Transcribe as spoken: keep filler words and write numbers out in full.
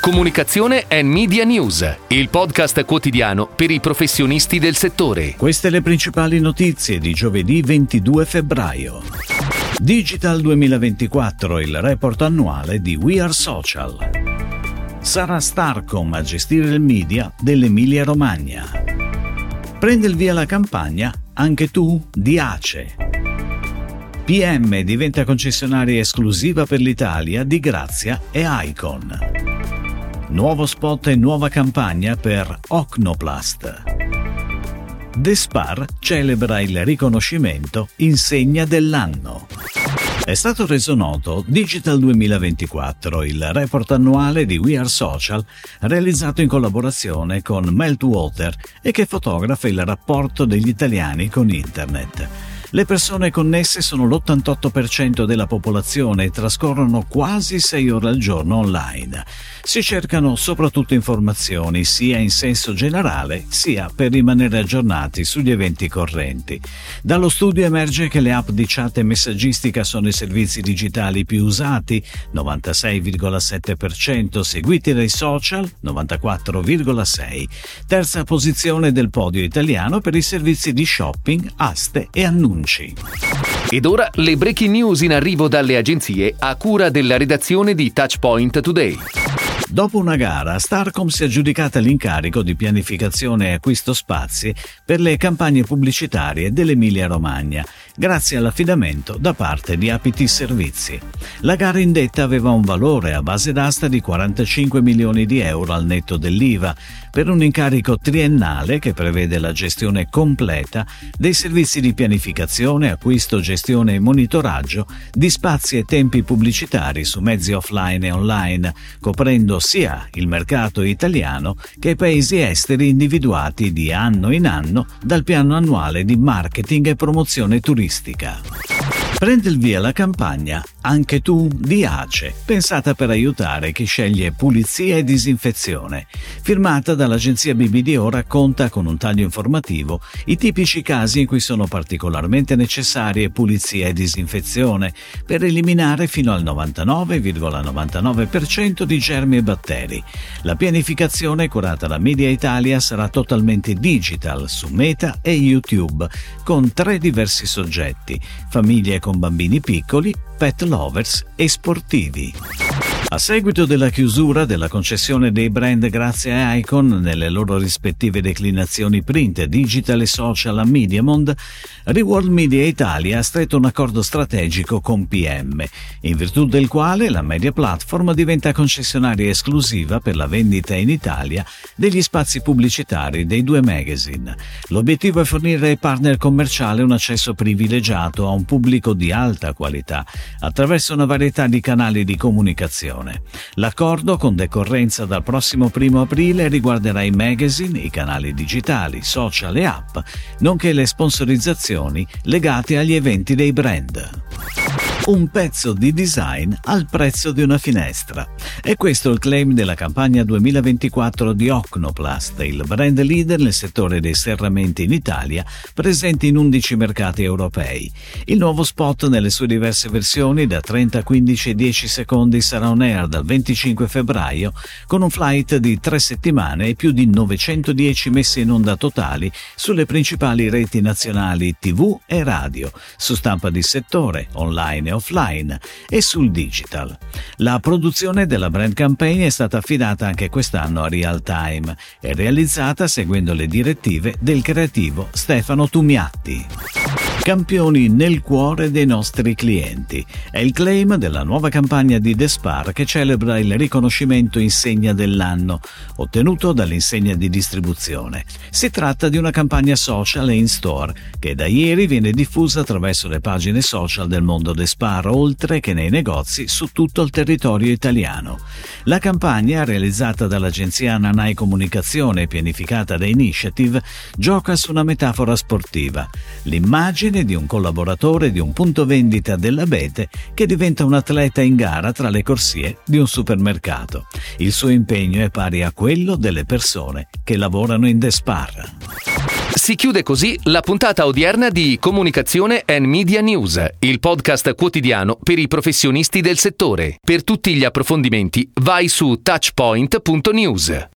Comunicazione and Media News, il podcast quotidiano per i professionisti del settore. Queste le principali notizie di giovedì ventidue febbraio. Digital duemilaventiquattro, il report annuale di We Are Social. Sarà Starcom a gestire il media dell'Emilia Romagna. Prende il via la campagna Anche tu di ACE. P M diventa concessionaria esclusiva per l'Italia di Grazia e Icon. Nuovo spot e nuova campagna per Ocnoplast. Despar celebra il riconoscimento Insegna dell'anno. È stato reso noto Digital duemilaventiquattro, il report annuale di We Are Social, realizzato in collaborazione con Meltwater e che fotografa il rapporto degli italiani con Internet. Le persone connesse sono l'ottantotto per cento della popolazione e trascorrono quasi sei ore al giorno online. Si cercano soprattutto informazioni sia in senso generale sia per rimanere aggiornati sugli eventi correnti. Dallo studio emerge che le app di chat e messaggistica sono i servizi digitali più usati, novantasei virgola sette per cento, seguiti dai social, novantaquattro virgola sei per cento. Terza posizione del podio italiano per i servizi di shopping, aste e annunci. Ed ora le breaking news in arrivo dalle agenzie a cura della redazione di Touchpoint Today. Dopo una gara, Starcom si è aggiudicata l'incarico di pianificazione e acquisto spazi per le campagne pubblicitarie dell'Emilia Romagna, grazie all'affidamento da parte di A P T Servizi. La gara indetta aveva un valore a base d'asta di quarantacinque milioni di euro al netto dell'I V A, per un incarico triennale che prevede la gestione completa dei servizi di pianificazione, acquisto, gestione e monitoraggio di spazi e tempi pubblicitari su mezzi offline e online, coprendo sia il mercato italiano che i paesi esteri individuati di anno in anno dal piano annuale di marketing e promozione turistica. Prende il via la campagna Anche tu di ACE, pensata per aiutare chi sceglie pulizia e disinfezione. Firmata dall'agenzia B B D O, racconta con un taglio informativo i tipici casi in cui sono particolarmente necessarie pulizia e disinfezione per eliminare fino al novantanove virgola novantanove per cento di germi e batteri. La pianificazione curata da Media Italia sarà totalmente digital su Meta e YouTube, con tre diversi soggetti: famiglie con bambini piccoli, pet lovers e sportivi. A seguito della chiusura della concessione dei brand Grazia e Icon nelle loro rispettive declinazioni print, digital e social a Mediamond, Reworld Media Italia ha stretto un accordo strategico con P M, in virtù del quale la media platform diventa concessionaria esclusiva per la vendita in Italia degli spazi pubblicitari dei due magazine. L'obiettivo è fornire ai partner commerciali un accesso privilegiato a un pubblico di alta qualità attraverso una varietà di canali di comunicazione. L'accordo, con decorrenza dal prossimo primo aprile, riguarderà i magazine, i canali digitali, social e app, nonché le sponsorizzazioni legate agli eventi dei brand. Un pezzo di design al prezzo di una finestra. È questo il claim della campagna duemilaventiquattro di Ocnoplast, il brand leader nel settore dei serramenti in Italia, presente in undici mercati europei. Il nuovo spot nelle sue diverse versioni da trenta, quindici e dieci secondi sarà on air dal venticinque febbraio, con un flight di tre settimane e più di novecentodieci messe in onda totali sulle principali reti nazionali tivù e radio, su stampa di settore, online e offline e sul digital. La produzione della brand campaign è stata affidata anche quest'anno a Real Time e realizzata seguendo le direttive del creativo Stefano Tumiatti. Campioni nel cuore dei nostri clienti. È il claim della nuova campagna di Despar, che celebra il riconoscimento Insegna dell'anno, ottenuto dall'insegna di distribuzione. Si tratta di una campagna social e in-store che da ieri viene diffusa attraverso le pagine social del mondo Despar, oltre che nei negozi su tutto il territorio italiano. La campagna, realizzata dall'agenzia Nanai Comunicazione e pianificata da Initiative, gioca su una metafora sportiva: l'immagine di un collaboratore di un punto vendita dell'Abete che diventa un atleta in gara tra le corsie di un supermercato. Il suo impegno è pari a quello delle persone che lavorano in Despar. Si chiude così la puntata odierna di Comunicazione and Media News, il podcast quotidiano per i professionisti del settore. Per tutti gli approfondimenti vai su touchpoint punto news.